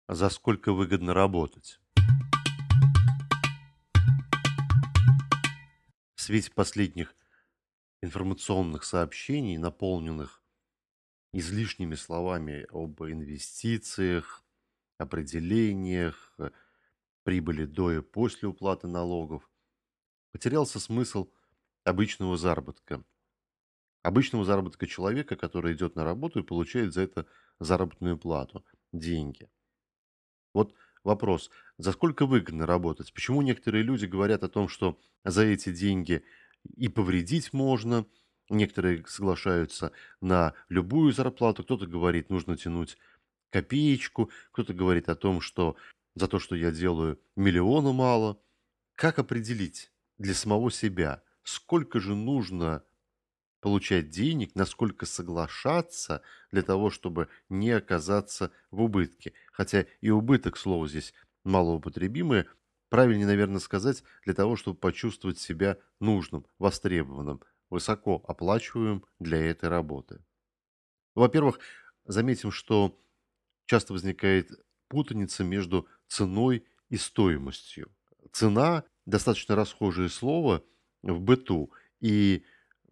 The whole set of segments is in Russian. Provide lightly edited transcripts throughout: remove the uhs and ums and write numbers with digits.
За сколько выгодно работать? В свете последних информационных сообщений, наполненных излишними словами об инвестициях, определениях, прибыли до и после уплаты налогов, потерялся смысл обычного заработка. Обычного заработка человека, который идет на работу и получает за это заработную плату, деньги. Вот вопрос, за сколько выгодно работать? Почему некоторые люди говорят о том, что за эти деньги и повредить можно, некоторые соглашаются на любую зарплату, кто-то говорит, нужно тянуть копеечку, кто-то говорит о том, что за то, что я делаю, миллиона мало. Как определить для самого себя, сколько же нужно получать денег, насколько соглашаться для того, чтобы не оказаться в убытке. Хотя и убыток, слово здесь малоупотребимое, правильнее, наверное, сказать, для того, чтобы почувствовать себя нужным, востребованным, высоко оплачиваемым для этой работы. Во-первых, заметим, что часто возникает путаница между ценой и стоимостью. Цена – достаточно расхожее слово в быту, и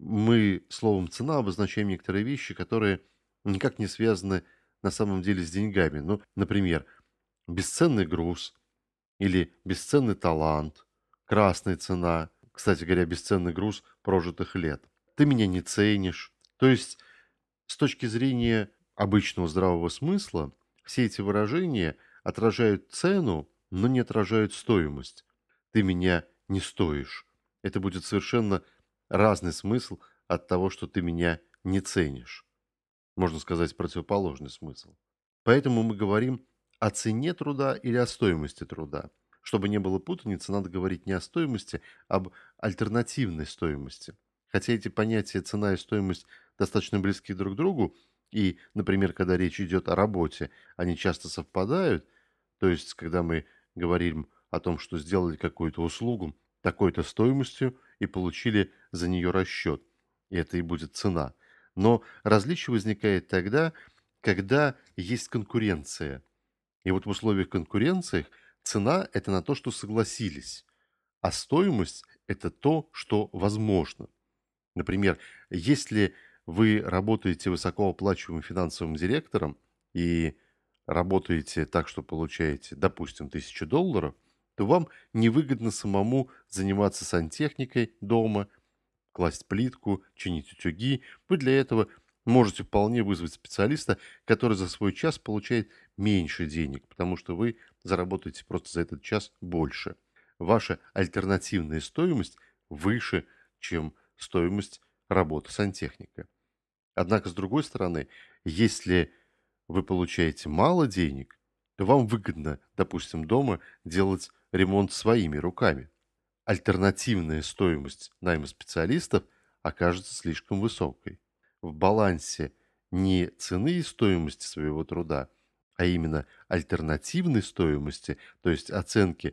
мы словом «цена» обозначаем некоторые вещи, которые никак не связаны на самом деле с деньгами. Ну, например, бесценный груз или бесценный талант, красная цена, кстати говоря, бесценный груз прожитых лет. Ты меня не ценишь. То есть с точки зрения обычного здравого смысла, все эти выражения отражают цену, но не отражают стоимость. Ты меня не стоишь. Это будет совершенно разный смысл от того, что ты меня не ценишь. Можно сказать, противоположный смысл. Поэтому мы говорим о цене труда или о стоимости труда. Чтобы не было путаницы, надо говорить не о стоимости, а об альтернативной стоимости. Хотя эти понятия цена и стоимость достаточно близки друг к другу, и, например, когда речь идет о работе, они часто совпадают, то есть, когда мы говорим о том, что сделали какую-то услугу такой-то стоимостью и получили за нее расчет, и это и будет цена. Но различие возникает тогда, когда есть конкуренция. И вот в условиях конкуренции цена – это на то, что согласились, а стоимость – это то, что возможно. Например, если вы работаете высокооплачиваемым финансовым директором и работаете так, что получаете, допустим, $1000, то вам невыгодно самому заниматься сантехникой дома, класть плитку, чинить утюги. Вы для этого можете вполне вызвать специалиста, который за свой час получает меньше денег, потому что вы заработаете просто за этот час больше. Ваша альтернативная стоимость выше, чем стоимость работы сантехника. Однако, с другой стороны, если вы получаете мало денег, то вам выгодно, допустим, дома делать ремонт своими руками. Альтернативная стоимость найма специалистов окажется слишком высокой. В балансе не цены и стоимости своего труда, а именно альтернативной стоимости, то есть оценки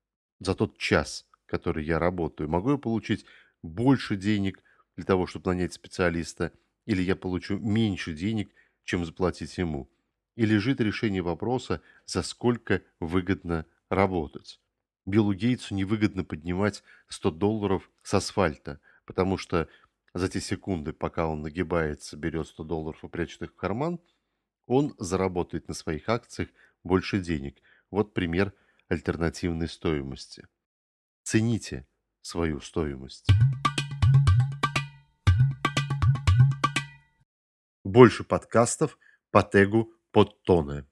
за тот час, который я работаю, могу я получить больше денег для того, чтобы нанять специалиста, или я получу меньше денег, чем заплатить ему. И лежит решение вопроса, за сколько выгодно работать. Биллу Гейтсу невыгодно поднимать $100 с асфальта, потому что за те секунды, пока он нагибается, берет $100 и прячет их в карман, он заработает на своих акциях больше денег. Вот пример альтернативной стоимости. Цените свою стоимость. Больше подкастов по тегу «Подтоны».